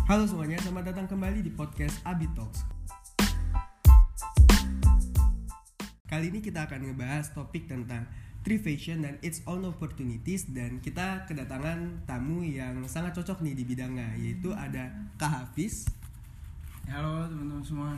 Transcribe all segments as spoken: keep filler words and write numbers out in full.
Halo semuanya, selamat datang kembali di podcast Abi Talks. Kali ini kita akan ngebahas topik tentang Thrift Fashion dan its own opportunities. Dan kita kedatangan tamu yang sangat cocok nih di bidangnya, yaitu ada Kak Hafiz. Halo teman-teman semua.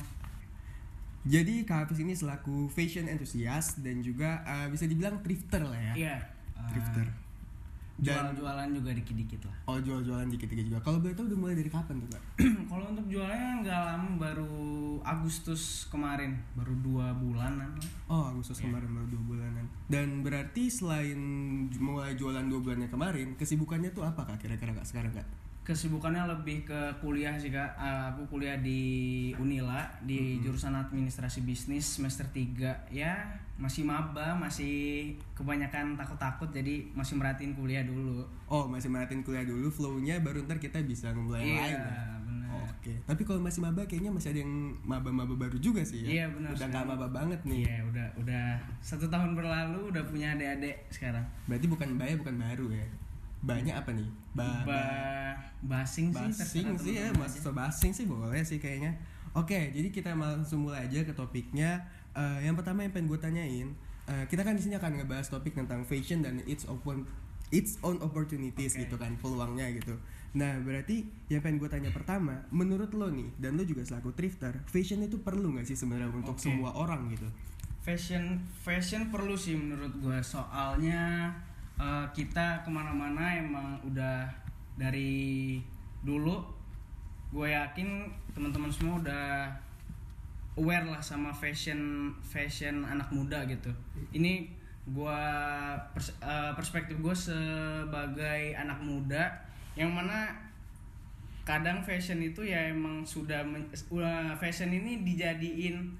Jadi Kak Hafiz ini selaku fashion enthusiast dan juga uh, bisa dibilang thrifter lah ya. Iya. Thrifter. Uh, Dan jual-jualan juga dikit-dikit lah. Oh, jual-jualan dikit-dikit juga. Kalau boleh tahu udah mulai dari kapan tuh, Kak? Kalau untuk jualnya nggak lama, baru Agustus kemarin, baru dua bulanan lah. Oh, Agustus Yeah. kemarin baru dua bulanan. Dan berarti selain mulai jualan dua bulannya kemarin, kesibukannya tuh apa Kak kira-kira Kak sekarang Kak? Kesibukannya lebih ke kuliah sih Kak. Uh, aku kuliah di Unila di Mm-hmm. jurusan administrasi bisnis semester tiga. Ya, masih maba, masih kebanyakan takut-takut, jadi masih merhatiin kuliah dulu. Oh, masih merhatiin kuliah dulu, flow-nya baru ntar kita bisa mulai yang Iya, lain ya? benar. Oh, Oke, tapi kalau masih maba kayaknya masih ada yang maba-maba baru juga sih ya? Iya, benar. Udah gak maba banget nih. Iya, udah udah satu tahun berlalu, udah punya adik-adik sekarang. Berarti bukan baya, bukan baru ya? Banyak apa nih? Ba, ba basing, basing sih sih, sih ya, mahasiswa basing sih boleh sih kayaknya. Oke, jadi kita langsung mulai aja ke topiknya. Uh, yang pertama yang pengen gue tanyain, uh, kita kan di sini akan ngebahas topik tentang fashion dan its open its own opportunities Okay. gitu kan, peluangnya gitu. Nah, berarti yang pengen gue tanya pertama, menurut lo nih, dan lo juga selaku thrifter, fashion itu perlu nggak sih sebenarnya untuk Okay. semua orang gitu? fashion fashion perlu sih menurut gue, soalnya uh, kita kemana-mana emang udah dari dulu, gue yakin teman-teman semua udah aware lah sama fashion fashion anak muda gitu. Ini gue pers- uh, perspektif gue sebagai anak muda yang mana kadang fashion itu ya emang sudah men- uh, fashion ini dijadiin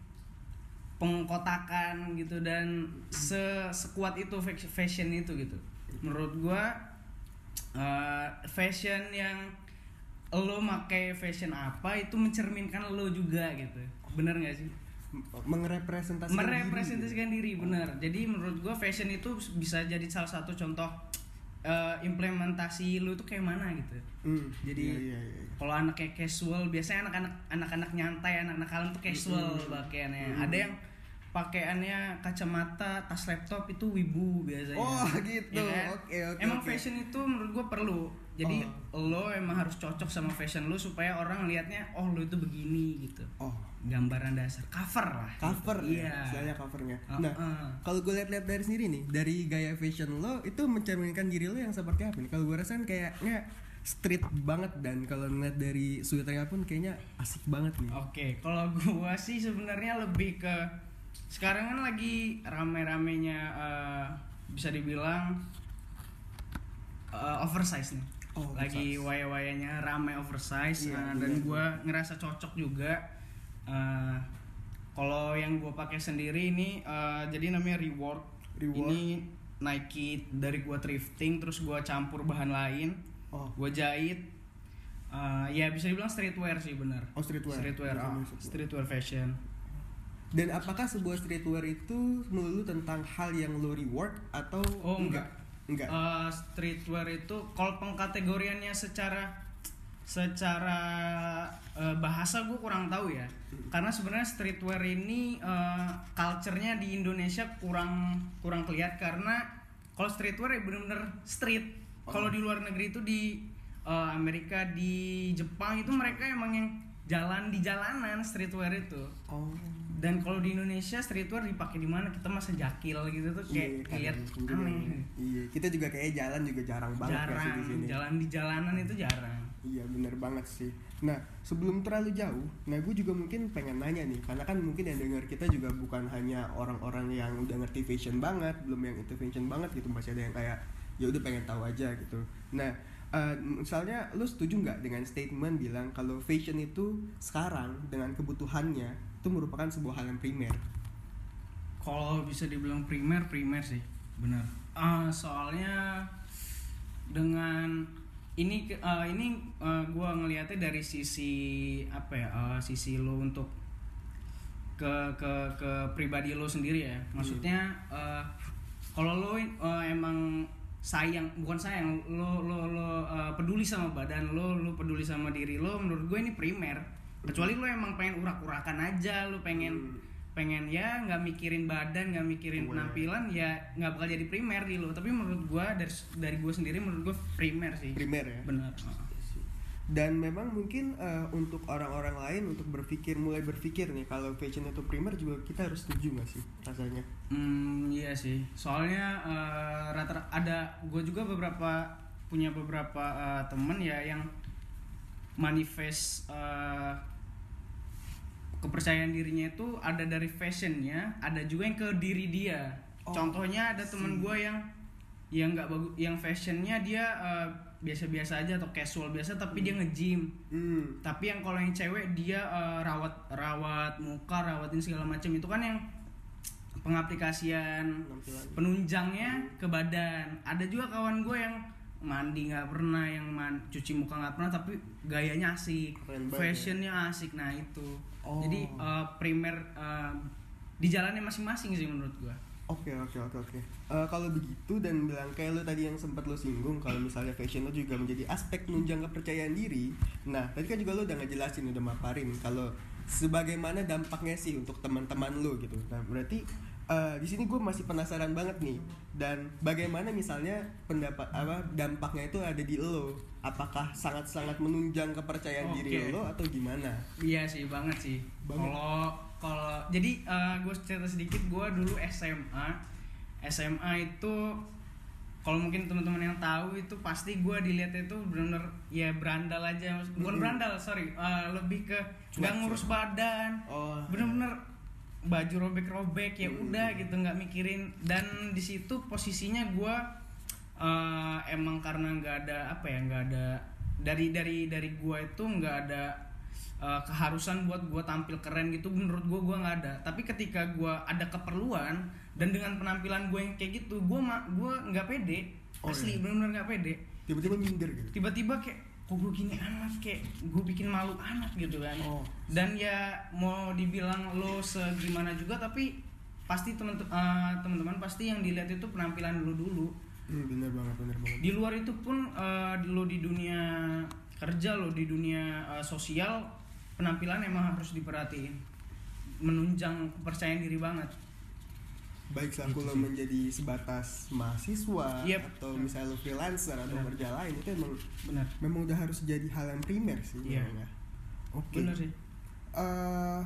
pengkotakan gitu, dan se sekuat itu fashion itu gitu. Menurut gua uh, fashion yang lo make fashion apa itu mencerminkan lo juga gitu. Bener nggak sih? Merepresentasikan Merepresentasikan diri, bener. Jadi menurut gua fashion itu bisa jadi salah satu contoh uh, implementasi lo itu kayak mana gitu. Hmm, Jadi iya, iya, iya. kalau anaknya casual, biasanya anak-anak anak-anak nyantai, anak-anak kalem tuh casual Mm-hmm. pakaiannya. Mm-hmm. Ada yang pakaiannya kacamata, tas laptop itu wibu biasanya. Oh, gitu. Ya kan? Oke, oke, Emang oke. fashion itu menurut gua perlu. Jadi Oh. lo emang harus cocok sama fashion lo supaya orang lihatnya, oh lo itu begini gitu. Oh, Gambaran dasar, cover lah. cover gitu. ya, Iya. istilahnya covernya. Uh, Nah, uh. kalau gue lihat-lihat dari sendiri nih, dari gaya fashion lo itu mencerminkan diri lo yang seperti apa nih? Kalau gue rasa kan kayaknya street banget, dan kalau ngeliat dari sweaternya pun kayaknya asik banget nih. Oke, kalau gua sih sebenarnya lebih ke sekarang kan lagi rame-ramenya uh, bisa dibilang uh, oversize nih. Oh, lagi oversize. waya-wayanya rame oversize. Iya, uh, iya, dan iya. gua ngerasa cocok juga. Uh, kalau yang gua pakai sendiri ini uh, jadi namanya Rework. Rework. Ini Nike dari gua thrifting, terus gua campur bahan lain, Oh, gua jahit. Uh, ya bisa dibilang streetwear sih, benar. Oh, streetwear. Streetwear, Bisa ah, masuk. streetwear fashion. dan apakah sebuah streetwear itu melulu tentang hal yang lo rework atau Oh, enggak. Enggak. Uh, streetwear itu kalau pengkategoriannya secara secara uh, bahasa gue kurang tahu ya. Karena sebenarnya streetwear ini uh, culture-nya di Indonesia kurang kurang kelihatan, karena kalau streetwear ya benar-benar street. Oh. Kalau di luar negeri itu di uh, Amerika, di Jepang itu mereka emang yang jalan di jalanan streetwear itu. Oh. Dan kalau di Indonesia streetwear dipakai di mana? Kita masa jakil gitu tuh kayak Iya, kelihatan kadang juga aneh. ya. Iya, kita juga kayak jalan juga jarang banget nggak sih Jarang, di sini. jalan di jalanan itu jarang. Iya, bener banget sih. Nah, sebelum terlalu jauh, nah gue juga mungkin pengen nanya nih, karena kan mungkin yang denger kita juga bukan hanya orang-orang yang udah ngerti fashion banget, belum yang itu fashion banget gitu, masih ada yang kayak ya udah pengen tahu aja gitu. Nah, uh, misalnya lu setuju nggak dengan statement bilang kalau fashion itu sekarang dengan kebutuhannya itu merupakan sebuah hal yang primer? Kalau bisa dibilang primer, primer sih, benar. Uh, soalnya dengan ini uh, ini uh, gue ngelihatnya dari sisi apa ya, uh, sisi lo untuk ke ke ke pribadi lo sendiri ya. Maksudnya uh, kalau lo uh, emang sayang, bukan sayang, lo lo lo uh, peduli sama badan lo, lo peduli sama diri lo, menurut gue ini primer. Kecuali lo emang pengen urak-urakan aja, lo pengen hmm. pengen ya nggak mikirin badan, nggak mikirin Uwe. penampilan, ya nggak bakal jadi primer di lo. Tapi menurut gue dari dari gue sendiri, menurut gue primer sih. Primer ya. Benar. Dan memang mungkin uh, untuk orang-orang lain untuk berpikir mulai berpikir nih kalau fashion itu primer juga kita harus setuju nggak sih rasanya? Hmm iya sih. Soalnya uh, rata-rata ada gue juga beberapa punya beberapa uh, temen ya yang manifest uh, kepercayaan dirinya itu ada dari fashionnya, ada juga yang ke diri dia. Oh, contohnya ada temen gue yang yang nggak bagus, yang fashionnya dia uh, biasa-biasa aja atau casual biasa, tapi hmm. dia nge-gym. Hmm. Tapi yang kalau yang cewek dia uh, rawat rawat muka, rawatin segala macam, itu kan yang pengaplikasian penunjangnya hmm. ke badan. Ada juga kawan gue yang mandi nggak pernah, yang man, cuci muka nggak pernah, tapi gayanya asik, fashionnya asik. Nah itu. Oh. Jadi uh, primer uh, di jalannya masing-masing sih menurut gue. Oke oke oke oke. Uh, kalau begitu dan bilang kayak lo tadi yang sempat lo singgung kalau misalnya fashion lo juga menjadi aspek menunjang kepercayaan diri. Nah tadi kan juga lo udah ngejelasin, udah maparin kalau sebagaimana dampaknya sih untuk teman-teman lo gitu. Nah berarti uh, di sini gue masih penasaran banget nih, dan bagaimana misalnya pendapat apa dampaknya itu ada di lo? Apakah sangat-sangat menunjang kepercayaan okay. diri lo atau gimana? Iya sih banget sih. Kalau Kalau jadi uh, gue cerita sedikit, gue dulu S M A S M A itu kalau mungkin teman-teman yang tahu itu pasti gue dilihat itu benar-benar ya berandal aja, bukan mm-hmm. berandal sorry uh, lebih ke nggak ngurus badan, oh, bener-bener baju robek-robek ya mm-hmm. udah gitu, nggak mikirin. Dan di situ posisinya gue uh, emang karena nggak ada apa ya nggak ada dari dari dari gue itu nggak ada Uh, keharusan buat gue tampil keren gitu, menurut gue gue nggak ada. Tapi ketika gue ada keperluan dan dengan penampilan gue yang kayak gitu, gue ma- gue nggak pede, oh, asli iya. benar-benar nggak pede. Tiba-tiba minder gitu. Tiba-tiba kayak kok gue gini amat, kayak gue bikin malu amat gitu kan. Oh. Dan ya mau dibilang lo segimana juga, tapi pasti teman uh, teman-teman pasti yang dilihat itu penampilan lo dulu. Hmm, benar banget, benar banget. Di luar itu pun uh, lo di dunia kerja, lo di dunia uh, sosial, penampilan emang harus diperhatiin, menunjang kepercayaan diri banget. Baik selaku lo menjadi sebatas mahasiswa yep. atau misalnya lo freelancer atau kerja lain, itu emang benar. Memang udah harus jadi hal yang primer sih. Iya. Oke. Okay. Benar sih. Uh,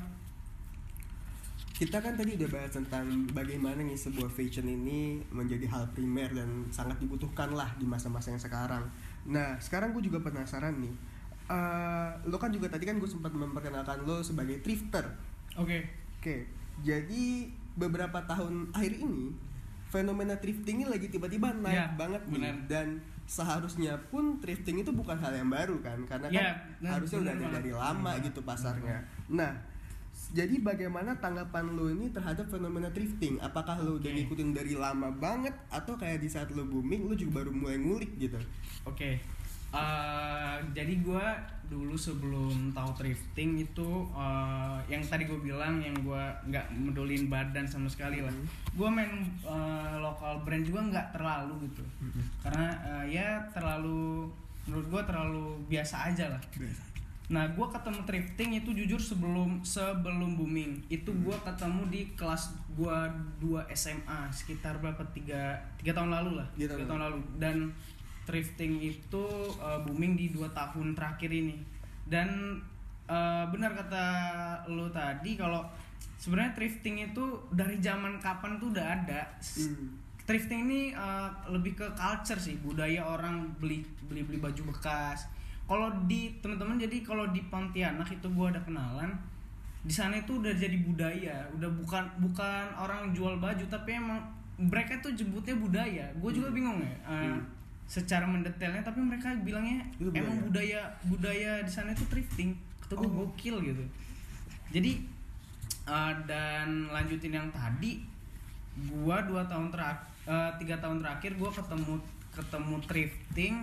kita kan tadi udah bahas tentang bagaimana nih sebuah fashion ini menjadi hal primer dan sangat dibutuhkan lah di masa-masa yang sekarang. Nah sekarang gue juga penasaran nih. Uh, lo kan juga tadi kan gue sempat memperkenalkan lo sebagai thrifter. Oke. Okay. Oke. Okay. Jadi beberapa tahun akhir ini fenomena thrifting ini lagi tiba-tiba naik yeah, banget nih. Bener. Dan seharusnya pun thrifting itu bukan hal yang baru kan, karena yeah, kan harusnya udah ada dari lama bener. gitu pasarnya. Nah, jadi bagaimana tanggapan lo ini terhadap fenomena thrifting? Apakah lo udah okay. ngikutin dari lama banget atau kayak di saat lo booming lo juga baru mulai ngulik gitu? Oke. Okay. Uh, jadi gue dulu sebelum tahu thrifting itu uh, yang tadi gue bilang yang gue nggak medulin badan sama sekali lah. Mm-hmm. Gue main uh, lokal brand juga nggak terlalu gitu, mm-hmm. karena uh, ya terlalu menurut gue terlalu biasa aja lah. Biasa. Nah gue ketemu thrifting itu jujur sebelum sebelum booming itu gue ketemu di kelas gue dua S M A sekitar berapa tiga tiga tahun lalu lah tiga tahun lalu. Dan thrifting itu uh, booming di dua tahun terakhir ini. Dan uh, benar kata lo tadi kalau sebenarnya thrifting itu dari zaman kapan tuh udah ada. Hmm. Thrifting ini uh, lebih ke culture sih, budaya orang beli beli beli baju bekas. Kalau di teman-teman jadi kalau di Pontianak itu gua ada kenalan. Di sana itu udah jadi budaya, udah bukan bukan orang jual baju tapi emang mereka tuh jemputnya budaya. Gua juga bingung ya. Uh, hmm. secara mendetailnya, tapi mereka bilangnya itu emang budaya budaya di sana itu thrifting. Kata gue oh. gokil gitu. Jadi uh, dan lanjutin yang tadi, gue dua tahun terakhir, uh, tiga tahun terakhir gue ketemu ketemu thrifting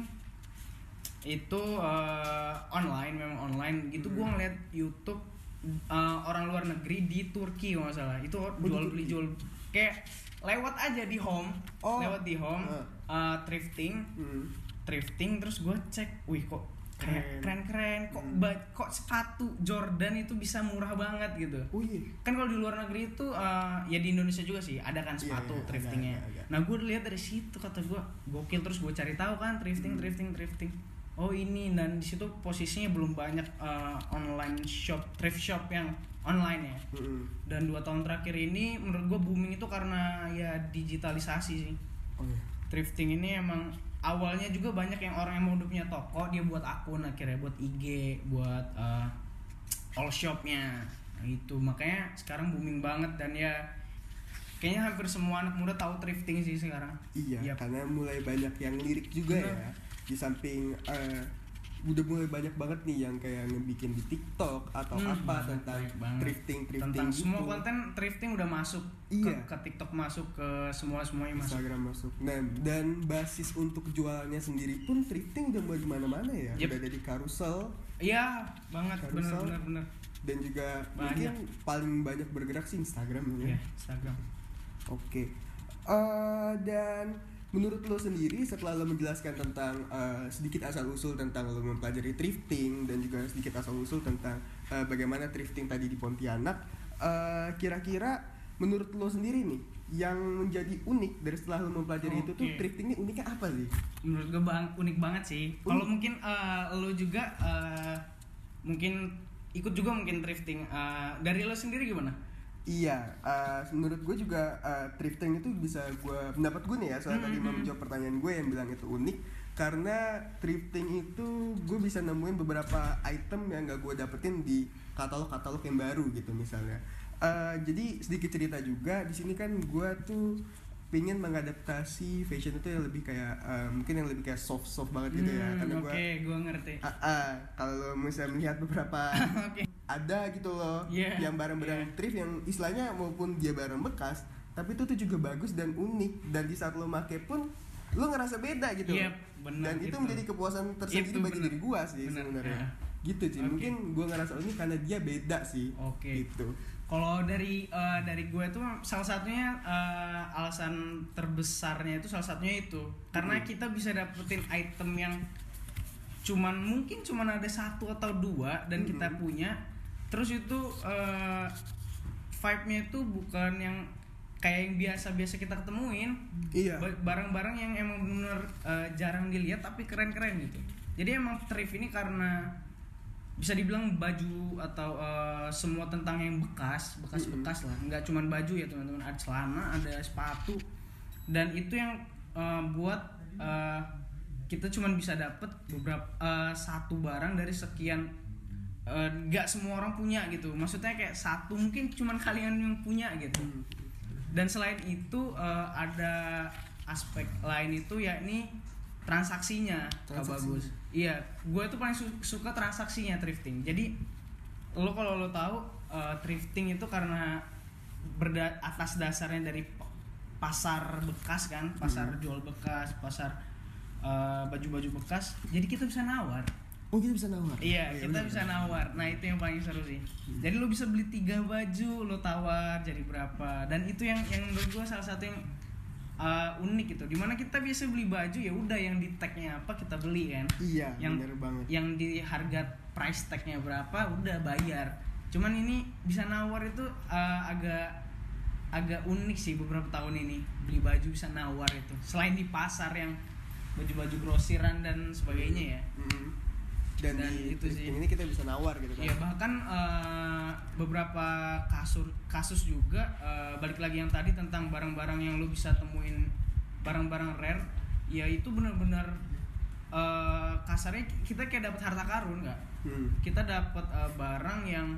itu uh, online, memang online gitu. Hmm. Gue ngeliat YouTube uh, orang luar negeri di Turki kalau nggak salah itu jual beli jual kayak lewat aja di home, Oh. lewat di home, Uh. uh, thrifting, Hmm. thrifting terus gue cek, wih kok Keren. keren keren, kok Hmm. ba- kok sepatu Jordan itu bisa murah banget gitu. Oh iya. Kan kalau di luar negeri itu uh, ya di Indonesia juga sih ada kan Iya, sepatu iya, thriftingnya. ada, ada, ada. Nah gue lihat dari situ kata gue gokil, terus gue cari tahu kan thrifting Hmm. thrifting thrifting. Oh ini, dan di situ posisinya belum banyak uh, online shop thrift shop yang online ya. Hmm. Dan dua tahun terakhir ini menurut gue booming itu karena ya digitalisasi sih. Oh iya. Thrifting ini emang awalnya juga banyak yang orang yang mau udah punya toko, dia buat akun akhirnya buat I G, buat uh, all shopnya. Nah, itu makanya sekarang booming banget, dan ya kayaknya hampir semua anak muda tahu thrifting sih sekarang. Iya, Yap. karena mulai banyak yang lirik juga Bener. ya. Di samping eh, udah mulai banyak banget nih yang kayak ngebikin di TikTok atau Hmm, apa banget, tentang banyak banget. thrifting thrifting Tentang gitu. semua konten thrifting udah masuk Iya. ke, ke TikTok, masuk ke semua semuanya masuk. Instagram masuk. Nah, dan basis untuk jualannya sendiri pun thrifting udah mulai di mana-mana ya. Yep. Udah ada di carousel Iya banget, bener Carousel. bener bener. dan juga Banyak. mungkin paling banyak bergerak sih Instagram ya. Iya Instagram. Oke. Eh, dan menurut lo sendiri setelah lo menjelaskan tentang eh, sedikit asal usul tentang lo mempelajari thrifting dan juga sedikit asal usul tentang eh, bagaimana thrifting tadi di Pontianak, eh, kira-kira menurut lo sendiri nih yang menjadi unik dari setelah lo mempelajari itu tuh Oke. thrifting ini uniknya apa sih? Menurut gue bang unik banget sih. Kalau mungkin eh, lo juga eh, mungkin ikut juga mungkin thrifting. Eh, dari lo sendiri gimana? Iya, eh, menurut gue juga eh, thrifting itu bisa gue pendapat gue nih ya soal tadi mau Hmm. menjawab pertanyaan gue yang bilang itu unik karena thrifting itu gue bisa nemuin beberapa item yang gak gue dapetin di katalog-katalog yang baru gitu misalnya. Eh, jadi sedikit cerita juga di sini kan gue tuh pengen mengadaptasi fashion itu yang lebih kayak eh, mungkin yang lebih kayak soft soft banget gitu ya Hmm, karena Oke, gue gue ngerti. ah, ah, kalau misalnya melihat beberapa Oke. ada gitu loh Yeah, yang barang-barang yeah. thrift yang istilahnya maupun dia barang bekas tapi itu tuh juga bagus dan unik dan di saat lo make pun lo ngerasa beda gitu Yep, benar, dan itu itu. menjadi kepuasan tersendiri Itu bagi benar. diri gua sih Benar, sebenarnya ya. gitu sih Oke. mungkin gua ngerasa ini karena dia beda sih Oke. gitu. Kalau dari eh, dari gue tuh salah satunya eh, alasan terbesarnya itu salah satunya itu karena Hmm. kita bisa dapetin item yang cuman mungkin cuman ada satu atau dua dan kita Hmm. punya, terus itu eh, vibe-nya itu bukan yang kayak yang biasa-biasa kita ketemuin. Iya. Ba- barang-barang yang emang bener eh, jarang dilihat tapi keren-keren gitu. Jadi emang thrift ini karena bisa dibilang baju atau uh, semua tentang yang bekas, bekas-bekas lah. Nggak cuman baju ya teman-teman, ada celana, ada sepatu, dan itu yang uh, buat uh, kita cuman bisa dapet beberapa uh, satu barang dari sekian. Uh, nggak semua orang punya gitu. Maksudnya kayak satu mungkin cuman kalian yang punya gitu. Dan selain itu uh, ada aspek lain itu yakni transaksinya. Kak Transaksi. Bagus. Iya, gue tuh paling su- suka transaksinya thrifting. Jadi lo kalau lo tahu uh, thrifting itu karena berda- atas dasarnya dari p- pasar bekas kan, pasar Hmm. jual bekas, pasar uh, baju-baju bekas. Jadi kita bisa nawar. Oh kita bisa nawar. Iya, Oh, kita bener. bisa nawar. Nah, itu yang paling seru sih. Jadi lo bisa beli tiga baju, lo tawar jadi berapa. Dan itu yang yang menurut gue salah satu yang uh, unik gitu. Dimana kita biasa beli baju ya udah yang di tagnya apa kita beli kan. Iya yang bener banget. yang di harga price tagnya berapa udah bayar. Cuman ini bisa nawar itu uh, agak agak unik sih beberapa tahun ini beli baju bisa nawar itu. Selain di pasar yang baju-baju grosiran dan sebagainya ya. Mm. Dan, Dan di itu thrifting sih. ini kita bisa nawar gitu kan. Iya, bahkan uh, beberapa kasus kasus juga uh, balik lagi yang tadi tentang barang-barang yang lu bisa temuin barang-barang rare, ya itu benar-benar uh, kasarnya kita kayak dapat harta karun nggak? Hmm. Kita dapat uh, barang yang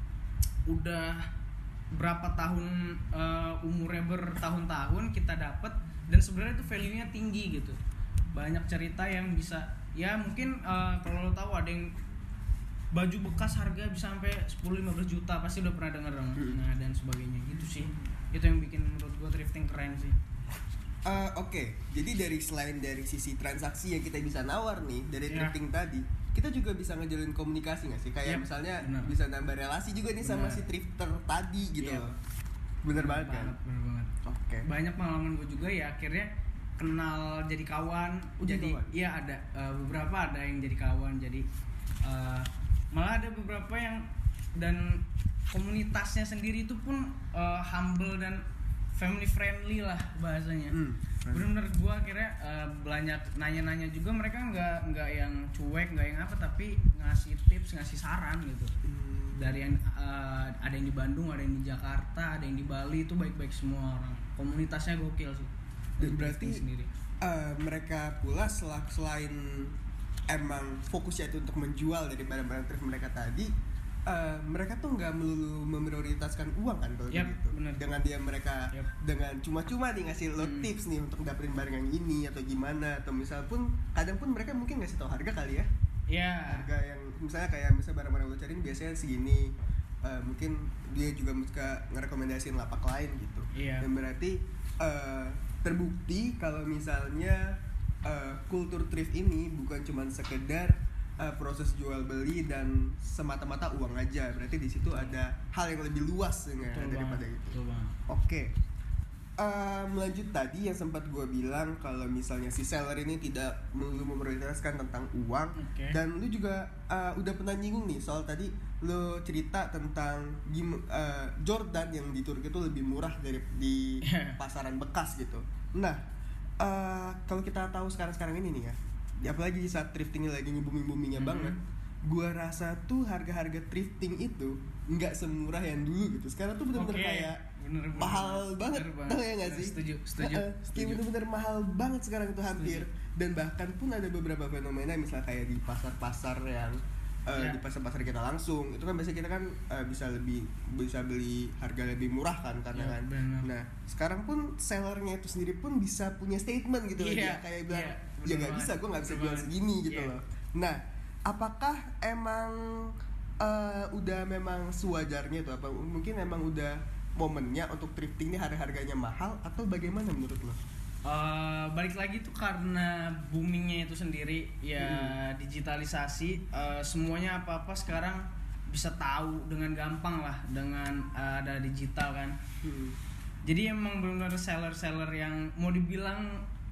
udah berapa tahun uh, umurnya bertahun-tahun kita dapat dan sebenarnya itu value-nya tinggi gitu. Banyak cerita yang bisa ya mungkin uh, kalau lo tahu ada yang baju bekas harga bisa sampai sepuluh sampai lima belas juta pasti udah pernah denger dong. Hmm. Nah, dan sebagainya gitu sih. Itu yang bikin menurut gua thrifting keren sih. Uh, Oke, jadi dari selain dari sisi transaksi yang kita bisa nawar nih dari Ya. thrifting tadi, kita juga bisa ngejalin komunikasi nggak sih? Kayak Yap, misalnya benar. bisa nambah relasi juga nih sama Benar. si thrifter tadi gitu Yap. loh. Bener banget kan? Bener banget. Oke. Banyak pengalaman gue juga ya akhirnya kenal jadi kawan. Oh, jadi kawan? iya ada uh, beberapa ada yang jadi kawan. Jadi uh, malah ada beberapa yang dan komunitasnya sendiri itu pun uh, humble dan family friendly lah bahasanya. Hmm. Bener-bener gue akhirnya uh, banyak nanya-nanya juga, mereka nggak nggak yang cuek nggak yang apa, tapi ngasih tips ngasih saran gitu. Hmm. Dari yang uh, ada yang di Bandung, ada yang di Jakarta, ada yang di Bali, itu baik-baik semua orang. Komunitasnya gokil sih. Dan berarti sendiri. Uh, mereka pula sel- selain emang fokusnya itu untuk menjual dari barang-barang thrift mereka tadi, uh, mereka tuh nggak melulu memprioritaskan uang kan kalau Yap, gitu. bener. Dengan dia mereka Yap. dengan cuma-cuma nih ngasih lo Hmm. tips nih untuk dapetin barang yang ini atau gimana, atau misal pun kadang pun mereka mungkin ngasih tahu harga kali ya. Ya. Harga yang misalnya kayak misalnya barang-barang lo cariin biasanya segini, uh, mungkin dia juga suka ngerekomendasiin lapak lain gitu. Iya. Dan berarti uh, terbukti kalau misalnya uh, kultur thrift ini bukan cuma sekedar uh, proses jual beli dan semata-mata uang aja. Berarti di situ ada hal yang lebih luas ya, Betul daripada banget, itu. betul banget. Oke. Uh, melanjut tadi yang sempat gue bilang kalau misalnya si seller ini tidak melulu memprioritaskan tentang uang. Oke. Dan lu juga uh, udah pernah nyinggung nih soal tadi lu cerita tentang gim, uh, Jordan yang di Turki itu lebih murah dari di pasaran bekas gitu. Nah, uh, kalau kita tahu sekarang-sekarang ini nih ya, apalagi saat thrifting lagi nge-booming-boomingnya Mm-hmm. banget, gua rasa tuh harga-harga thrifting itu nggak semurah yang dulu gitu. Sekarang tuh bener-bener Oke. kayak Bener, bener, mahal bener. banget, Bener banget. tau ya nggak Bener, sih? setuju, setuju, Uh, uh, kayak setuju. bener-bener mahal banget sekarang itu hampir. Dan bahkan pun ada beberapa fenomena misalnya kayak di pasar-pasar yang uh, Ya. di pasar-pasar kita langsung itu kan biasanya kita kan uh, bisa lebih bisa beli harga lebih murah kan karena Ya, kan. bener. Nah sekarang pun sellernya itu sendiri pun bisa punya statement gitu loh, Iya, dia kayak bilang iya, ya bener nggak banget, bisa, gue nggak bisa bener jual banget. segini gitu Iya. loh. Nah apakah emang uh, udah memang sewajarnya itu, apa mungkin emang udah momennya untuk thrifting ini harga-harganya mahal atau bagaimana menurut lo? Uh, balik lagi tuh karena boomingnya itu sendiri ya, Hmm. digitalisasi, uh, semuanya apa-apa sekarang bisa tahu dengan gampang lah dengan uh, ada digital kan. Hmm. Jadi emang benar-benar seller-seller yang mau dibilang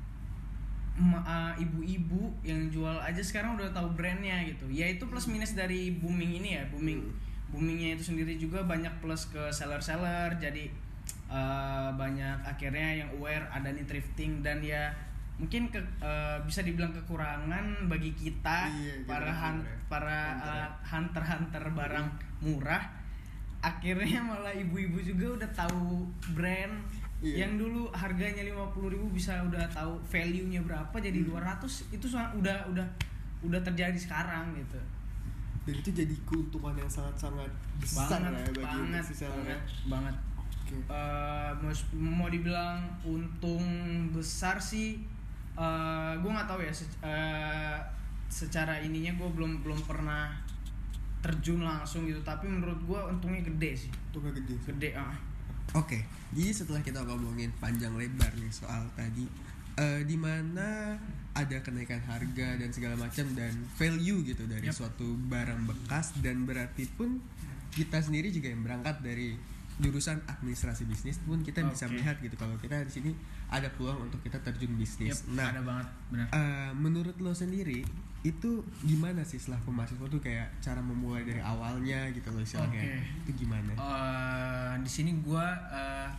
ma- uh, ibu-ibu yang jual aja sekarang udah tahu brandnya gitu. Ya itu plus minus dari booming ini ya, booming Hmm. boomingnya itu sendiri juga banyak plus ke seller-seller. Jadi uh, banyak akhirnya yang aware ada nih thrifting, dan ya mungkin ke, uh, bisa dibilang kekurangan bagi kita Iya, para generasi han- muda ya. para Hunter ya. uh, hunter-hunter barang murah. Akhirnya malah ibu-ibu juga udah tahu brand. Iya. Yang dulu harganya lima puluh ribu bisa udah tahu value-nya berapa jadi Hmm. dua ratus, itu soal- udah udah udah terjadi sekarang gitu. Dan itu jadi keuntungan yang sangat-sangat besar Banget, ya bagi banget, si seller. banget, banget. Oke. Eh, mau, mau dibilang untung besar sih, eh gue nggak tahu ya. Se- eh, secara ininya gue belum belum pernah terjun langsung gitu, tapi menurut gue untungnya gede sih, Untungnya gede. gede ah. Oke, jadi setelah kita ngomongin panjang lebar nih soal tadi, uh, di mana ada kenaikan harga dan segala macam dan value gitu dari Yap. suatu barang bekas, dan berarti pun kita sendiri juga yang berangkat dari jurusan administrasi bisnis pun kita bisa Oke. melihat gitu kalau kita di sini ada peluang untuk kita terjun bisnis. Yep, Nah, ada banget, benar. uh, menurut lo sendiri itu gimana sih setelah mahasiswa tuh kayak cara memulai dari awalnya gitu loh istilahnya, Oke. itu gimana? Eh, di sini gue uh,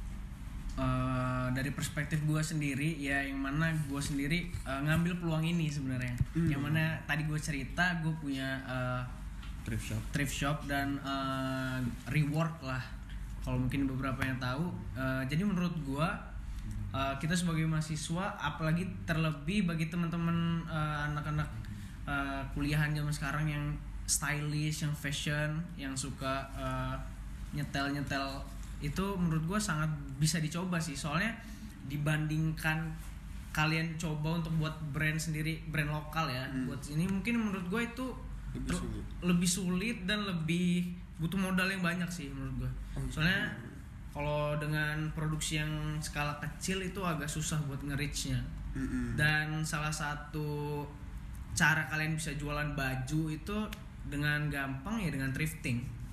uh, dari perspektif gue sendiri ya, yang mana gue sendiri uh, ngambil peluang ini sebenarnya. Hmm. Yang mana tadi gue cerita gue punya uh, Thrift shop. thrift shop dan uh, rework lah, kalau mungkin beberapa yang tahu. Uh, jadi menurut gue uh, kita sebagai mahasiswa, apalagi terlebih bagi teman-teman uh, anak-anak uh, kuliahan zaman sekarang yang stylish, yang fashion, yang suka uh, nyetel-nyetel, itu menurut gue sangat bisa dicoba sih. Soalnya dibandingkan kalian coba untuk buat brand sendiri, brand lokal ya, Hmm. buat ini mungkin menurut gue itu Lebih ter- sulit. lebih sulit dan lebih butuh modal yang banyak sih menurut gue. Soalnya kalau dengan produksi yang skala kecil itu agak susah buat nge-reach-nya. Mm-mm. Dan salah satu cara kalian bisa jualan baju itu dengan gampang ya dengan thrifting.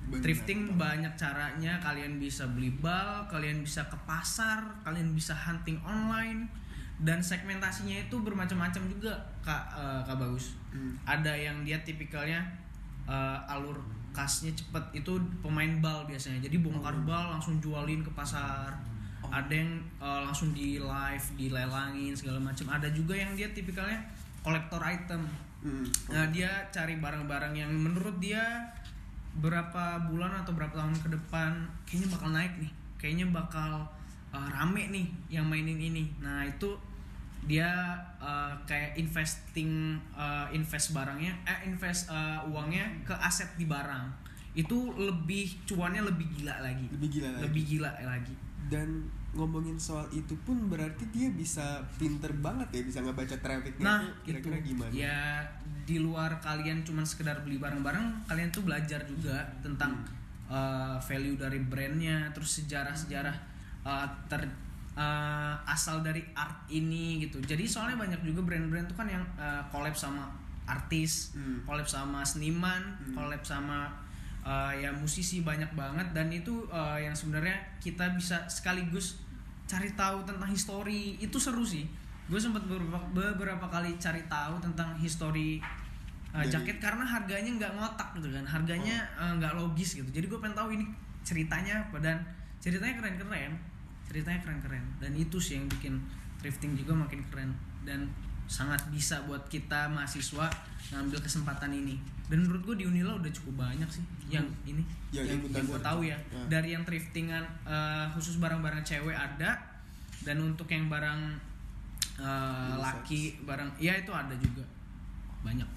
Benar, Thrifting benar. banyak caranya. Kalian bisa beli bal, kalian bisa ke pasar, kalian bisa hunting online, dan segmentasinya itu bermacam-macam juga, kak uh, kak Bagus. Hmm. Ada yang dia tipikalnya uh, alur kasnya cepet, itu pemain bal biasanya. Jadi bongkar Oh. bal langsung jualin ke pasar. Oh. Ada yang uh, langsung di live, dilelangin segala macam. Ada juga yang dia tipikalnya kolektor item. Hmm. Nah, dia cari barang-barang yang menurut dia berapa bulan atau berapa tahun ke depan kayaknya bakal naik nih, kayaknya bakal uh, rame nih yang mainin ini. Nah itu dia uh, kayak investing, uh, invest barangnya, eh invest uh, uangnya ke aset di barang. Itu lebih cuannya lebih gila lagi. Lebih gila lagi. Lebih gila lagi. Dan ngomongin soal itu pun berarti dia bisa pinter banget ya, bisa ngebaca trafficnya. Nah tuh kira-kira itu gimana? ya, di luar kalian cuman sekedar beli barang-barang, kalian tuh belajar juga tentang Hmm. uh, value dari brandnya, terus sejarah-sejarah uh, ter uh, asal dari art ini gitu. Jadi soalnya banyak juga brand-brand tuh kan yang uh, collab sama artis, Hmm. collab sama seniman, Hmm. collab sama uh, ya musisi, banyak banget. Dan itu uh, yang sebenarnya kita bisa sekaligus cari tahu tentang histori. Itu seru sih. Gue sempat beberapa, beberapa kali cari tahu tentang histori uh, Dari- jaket karena harganya nggak ngotak gitu kan, harganya uh, nggak logis gitu. Jadi gue pengen tahu ini ceritanya apa, dan ceritanya keren-keren, ceritanya keren-keren. Dan itu sih yang bikin thrifting juga makin keren dan sangat bisa buat kita mahasiswa ngambil kesempatan ini. Dan menurut gue di Unila udah cukup banyak sih yang ini, Yang yang, ikutan yang gue tahu ya. ya. Dari yang thriftingan uh, khusus barang-barang cewek ada, dan untuk yang barang uh, Unisex. laki, barang ya itu ada juga banyak.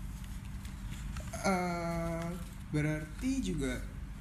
Eh, berarti juga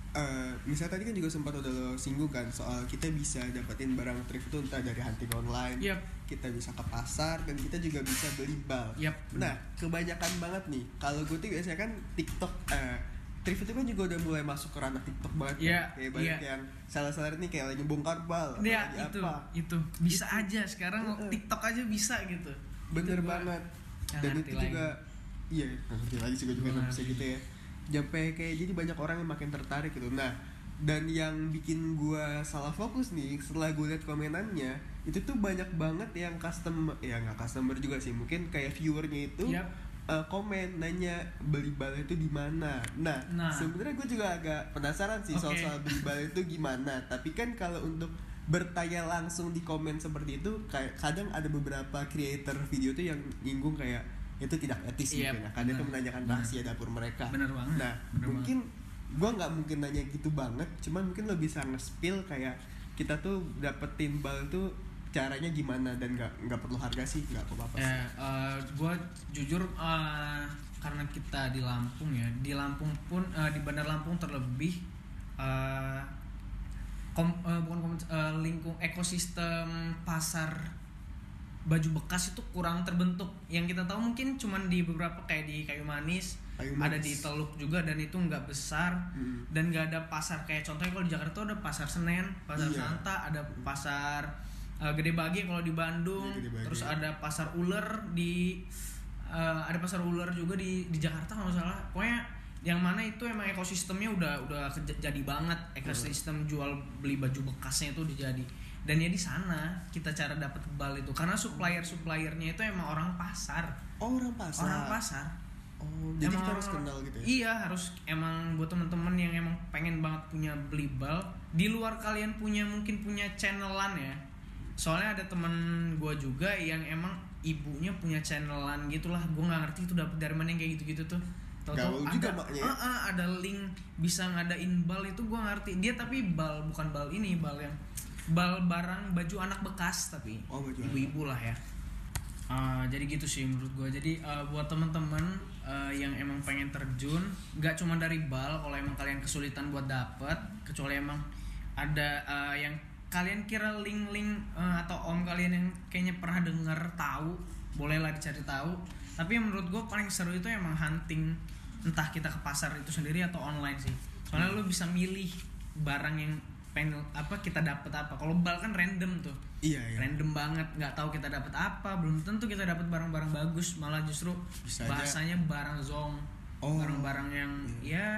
eh misalnya tadi kan juga sempat udah lo singgung kan soal kita bisa dapetin barang thrift itu entah dari hunting online, Yap. kita bisa ke pasar, dan kita juga bisa beli bal. Yap. Nah kebanyakan banget nih kalau gue tuh biasanya kan TikTok, eh, thrift itu kan juga udah mulai masuk ke ranah TikTok banget kan. Iya, Kayak banyak iya. yang salah-salah nih kayak lagi bongkar bal atau Ya lagi itu apa. itu bisa aja sekarang Heeh. TikTok aja bisa gitu. Bener Itu gua banget. nggak Dan ngerti itu lagi. juga iya nggak ngerti lagi sih gue juga Nggak nggak bisa ngerti. gitu ya. Sampai kayak jadi banyak orang yang makin tertarik gitu. Nah dan yang bikin gue salah fokus nih setelah gue liat komenannya itu tuh banyak banget yang customer, ya nggak customer juga sih, mungkin kayak viewernya itu Yap. eh, komen nanya beli bal itu di mana. Nah, Nah. sebenarnya gue juga agak penasaran sih Oke. soal-soal beli bal itu gimana. Tapi kan kalau untuk bertanya langsung di komen seperti itu, kayak kadang ada beberapa creator video tuh yang nyinggung kayak itu tidak etis Iya, mungkin ya, karena itu benar. menanyakan Benar. rahasia dapur mereka. Bener banget. Nah, Bener mungkin gue nggak mungkin nanya gitu banget, cuman mungkin lo bisa nge-spill kayak kita tuh dapetin bal tuh caranya gimana, dan nggak nggak perlu harga sih, nggak apa-apa sih. Ya, gue jujur uh, karena kita di Lampung ya, di Lampung pun uh, di Bandar Lampung terlebih uh, kom, uh, bukan kom, uh, lingkung ekosistem pasar baju bekas itu kurang terbentuk. Yang kita tahu mungkin cuman di beberapa kayak di Kayu Manis, Kayu ada Manis. di Teluk juga, dan itu nggak besar. Hmm. Dan nggak ada pasar kayak contohnya kalau di Jakarta ada pasar Senen, pasar Iya. Santa, ada pasar uh, Gede Bage kalau di Bandung, Iya, Gede Bage. terus ada pasar ular di uh, ada pasar ular juga di di Jakarta kalau nggak salah. Pokoknya yang mana itu emang ekosistemnya udah udah keja- jadi banget, ekosistem jual beli baju bekasnya itu udah jadi. Dan ya di sana kita cara dapat bal itu karena supplier suppliernya itu emang orang pasar, Oh, orang pasar. orang pasar. Oh, jadi Emang kita harus orang- kenal gitu ya. Iya, harus emang buat temen-temen yang emang pengen banget punya beli bal. Di luar kalian punya mungkin punya channelan ya. Soalnya ada temen gue juga yang emang ibunya punya channelan gitulah. Gue nggak ngerti itu dapet dari mana yang kayak gitu-gitu tuh. Gaul Tahu-tahu juga ada, maknya. ah, ah, ada link bisa ngadain bal itu gue ngerti. Dia tapi bal bukan bal ini, bal yang bal barang baju anak bekas tapi Oh, baju anak. ibu-ibu lah ya. Uh, jadi gitu sih menurut gue. Jadi uh, buat teman-teman uh, yang emang pengen terjun, nggak cuma dari bal. Kalau emang kalian kesulitan buat dapet, kecuali emang ada uh, yang kalian kira link-link uh, atau om kalian yang kayaknya pernah denger tahu, bolehlah dicari tahu. Tapi yang menurut gue paling seru itu emang hunting, entah kita ke pasar itu sendiri atau online sih. Soalnya lo bisa milih barang yang pengen apa kita dapet apa. Kalau bal kan random tuh. Iya, iya. Random banget, nggak tahu kita dapat apa, belum tentu kita dapat barang-barang bagus, malah justru Bisa aja. bahasanya barang zong, Oh. barang-barang yang ya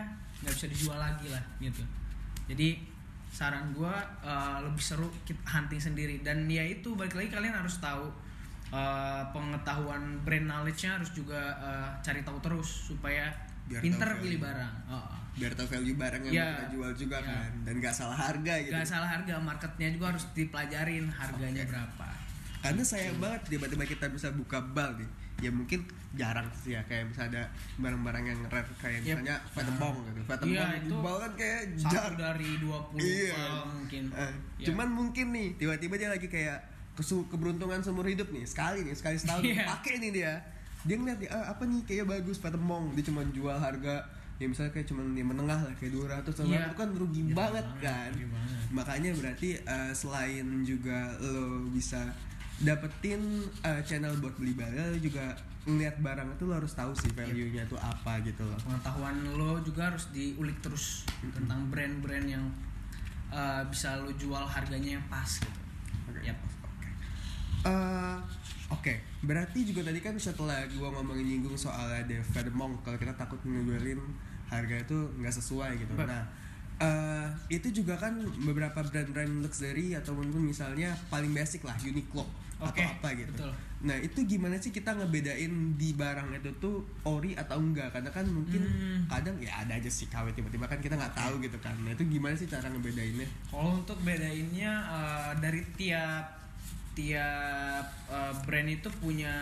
nggak bisa dijual lagi lah gitu. Jadi saran gue uh, lebih seru kita hunting sendiri, dan ya itu balik lagi kalian harus tahu uh, pengetahuan brand knowledge-nya harus juga uh, cari tahu terus supaya Biar pinter tahu pilih value. barang. Oh. Biar tahu value barang yang Ya, mau kita jual juga ya. kan, dan nggak salah harga gitu. Gak salah harga, marketnya juga harus dipelajarin harganya Okay. berapa. Karena sayang banget tiba-tiba kita bisa buka bal nih, ya mungkin jarang sih ya, kayak misalnya ada barang-barang yang rare kayak Yep. misalnya Fatebong gitu. Iya, Fatebong di itu bal kan kayak Satu jarang. dari dua puluh Iya. uh, mungkin. Eh, Ya. Cuman mungkin nih tiba-tiba dia lagi kayak kesu keberuntungan seumur hidup nih, sekali nih sekali setahun Iya. pakai nih dia. Dia ngeliat nih, ah, apa nih kayak bagus Fatebong, dia cuma jual harga ya misalnya kayak cuma di menengah lah kayak dua ratus Iya. itu kan rugi Iya, banget banget, kan. rugi banget. Makanya berarti uh, selain juga lo bisa dapetin uh, channel buat beli barang, lo juga ngeliat barang itu lo harus tahu sih value-nya tuh apa gitu loh. Pengetahuan lo juga harus diulik terus Mm-mm. tentang brand-brand yang uh, bisa lo jual harganya yang pas gitu. Oke. Yap. Oke. Eh, Oke, berarti juga tadi kan setelah gua ngomongin nyinggung soal ada Fatebong, kalau kita takut ngejualin harga itu nggak sesuai gitu. Betul. Nah, eh, itu juga kan beberapa brand-brand luxury atau mungkin misalnya paling basic lah Uniqlo Oke, atau apa gitu. betul. Nah, itu gimana sih kita ngebedain di barang itu tuh ori atau enggak? Karena kan mungkin Hmm. kadang ya ada aja sih K W tiba-tiba kan kita nggak tahu gitu kan. Nah, itu gimana sih cara ngebedainnya? Kalau untuk bedainnya uh, dari tiap tiap uh, brand itu punya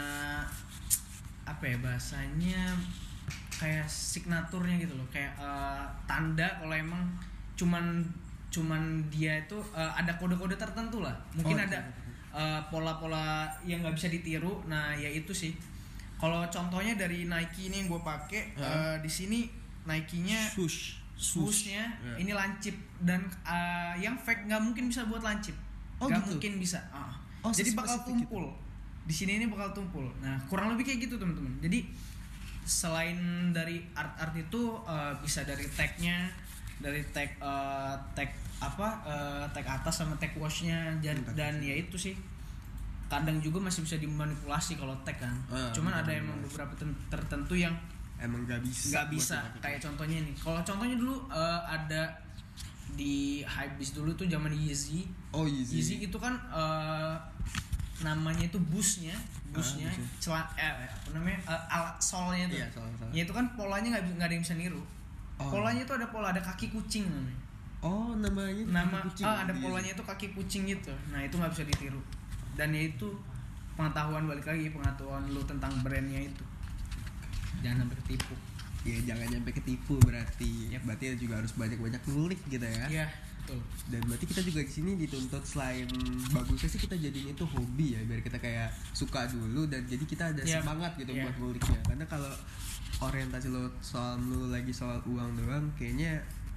apa ya bahasanya, kayak signaturnya gitu loh, kayak uh, tanda kalau emang cuman cuman dia itu uh, ada kode-kode tertentu lah, mungkin Oh, ada betul. uh, pola-pola yang nggak bisa ditiru. Nah ya itu sih, kalau contohnya dari Nike ini yang gue pakai, Huh? uh, di sini Nike-nya Swoosh. swoosh-nya Ya. ini lancip, dan uh, yang fake nggak mungkin bisa buat lancip, Oh, nggak gitu? mungkin bisa. Ah. Oh, Jadi bakal sespesifik tumpul. Di sini ini bakal tumpul. Nah kurang lebih kayak gitu teman-teman. Jadi selain dari art-art itu uh, bisa dari tag-nya, dari tag uh, tag apa uh, tag atas sama tag wash-nya, dan, Hmm, tag dan wash. ya itu sih. Kadang juga masih bisa dimanipulasi kalau tag kan. Ah, Cuman ada benar. emang beberapa ten- tertentu yang Emang nggak bisa. nggak buat bisa. dilakukan. Kayak contohnya nih, kalau contohnya dulu uh, ada di Hypebeast dulu tuh zaman Yeezy. Oh, Yeezy. Yeezy itu kan uh, namanya itu busnya, busnya, Ah, busnya. celah, eh, apa namanya, uh, alat solnya itu. Iya, soal-soal. Ya itu kan polanya nggak nggak ada yang bisa niru. Oh. Polanya itu ada pola, ada kaki kucing namanya. Oh, namanya Nama kucing ah, ada di polanya Yeezy. itu kaki kucing gitu. Nah itu nggak bisa ditiru. Dan ya itu pengetahuan, balik lagi pengetahuan lu tentang brandnya itu. Jangan sampai ketipu. Ya jangan nyampe ketipu berarti. Yap. Berarti juga harus banyak-banyak ngulik gitu ya. Iya betul. Dan berarti kita juga di sini dituntut selain bagusnya sih kita jadiin itu hobi ya, biar kita kayak suka dulu dan jadi kita ada Yap. semangat gitu Iya. buat nguliknya. Karena kalau orientasi lo soal lu lagi soal uang doang, kayaknya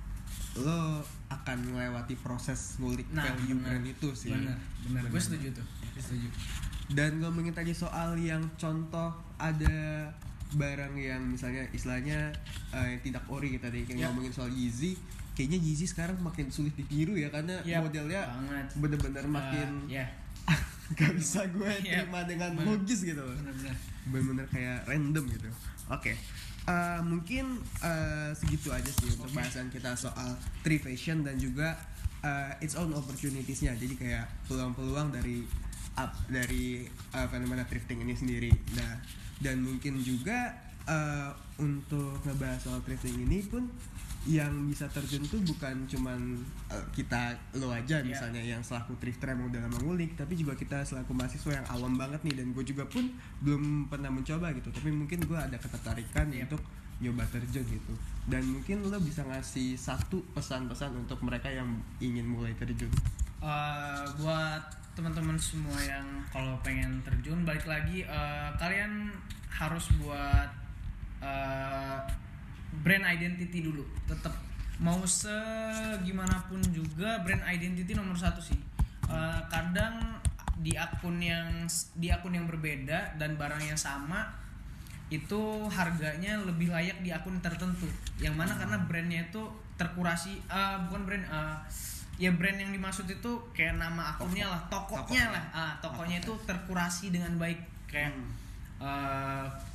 lo akan melewati proses ngulik Nah, value benar. brand itu sih. Benar, benar. Gue Benar. setuju tuh. Gue setuju. Dan ngomongin tadi soal yang contoh ada barang yang misalnya istilahnya eh, tidak ori kita tadi kayak Ya. ngomongin soal Yeezy, kayaknya Yeezy sekarang makin sulit ditiru ya karena Yap, modelnya banget. bener-bener Uh, makin ya, gak bisa gue Yap, terima dengan bener. logis gitu loh, benar-benar. bener-bener kayak random gitu. Oke. Eh, mungkin eh, segitu aja sih untuk Oke. bahasan kita soal thrift fashion dan juga eh, its own opportunities-nya. Jadi kayak peluang-peluang dari up dari eh, fenomena thrifting ini sendiri. Nah, dan mungkin juga eh, untuk ngebahas soal thrifting ini pun yang bisa terjun tuh bukan cuman eh, kita lo aja Iya. misalnya yang selaku thrifter yang udah lama ngulik, tapi juga kita selaku mahasiswa yang awam banget nih, dan gue juga pun belum pernah mencoba gitu, tapi mungkin gue ada ketertarikan Iya. untuk nyoba terjun gitu. Dan mungkin lo bisa ngasih satu pesan-pesan untuk mereka yang ingin mulai terjun. Uh, buat teman-teman semua yang kalau pengen terjun, balik lagi uh, kalian harus buat uh, brand identity dulu. Tetap mau segimanapun juga brand identity nomor satu sih. Uh, kadang di akun yang di akun yang berbeda dan barang yang sama itu harganya lebih layak di akun tertentu. Yang mana karena brandnya itu terkurasi, uh, bukan brand, uh, ya brand yang dimaksud itu kayak nama akunnya lah, tokonya Toko. lah, ah tokonya Toko. itu terkurasi dengan baik, kayak Hmm. uh,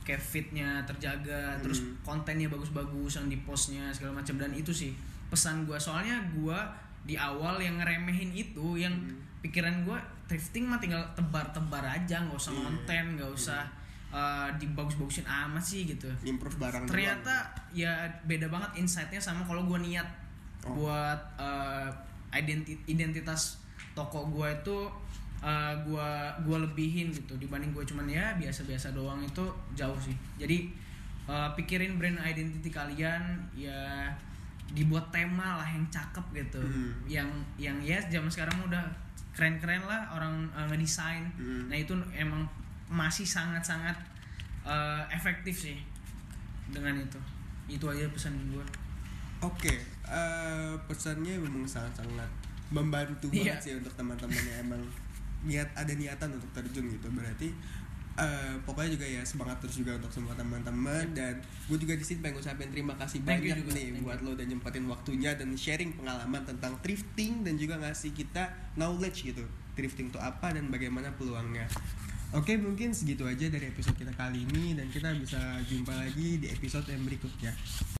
kayak fitnya terjaga, Hmm. terus kontennya bagus-bagus yang di postnya segala macam. Dan itu sih pesan gue, soalnya gue di awal yang ngeremehin itu, yang Hmm. pikiran gue thrifting mah tinggal tebar-tebar aja, nggak usah Iya. konten, nggak usah uh, dibagus-bagusin amat sih gitu. Improve barang Ternyata ya beda banget insight-nya sama kalau gue niat Oh. buat uh, identi- identitas toko gue itu uh, gue gue lebihin gitu dibanding gue cuman ya biasa-biasa doang, itu jauh sih. Jadi uh, pikirin brand identity kalian ya, dibuat tema lah yang cakep gitu. Hmm. yang yang ya zaman sekarang udah keren-keren lah orang uh, ngedesain. Hmm. Nah itu emang masih sangat-sangat uh, efektif sih dengan itu. Itu aja pesan gue. Oke, eh, pesannya memang sangat-sangat membantu Iya. banget sih untuk teman-teman yang emang niat ada niatan untuk terjun gitu. Berarti eh, pokoknya juga ya semangat terus juga untuk semua teman-teman, dan gue juga di sini pengen ngucapin terima kasih Thank you banyak juga, nih thank buat lo udah nyempetin waktunya dan sharing pengalaman tentang thrifting dan juga ngasih kita knowledge gitu. Thrifting itu apa dan bagaimana peluangnya. Oke, mungkin segitu aja dari episode kita kali ini, dan kita bisa jumpa lagi di episode yang berikutnya.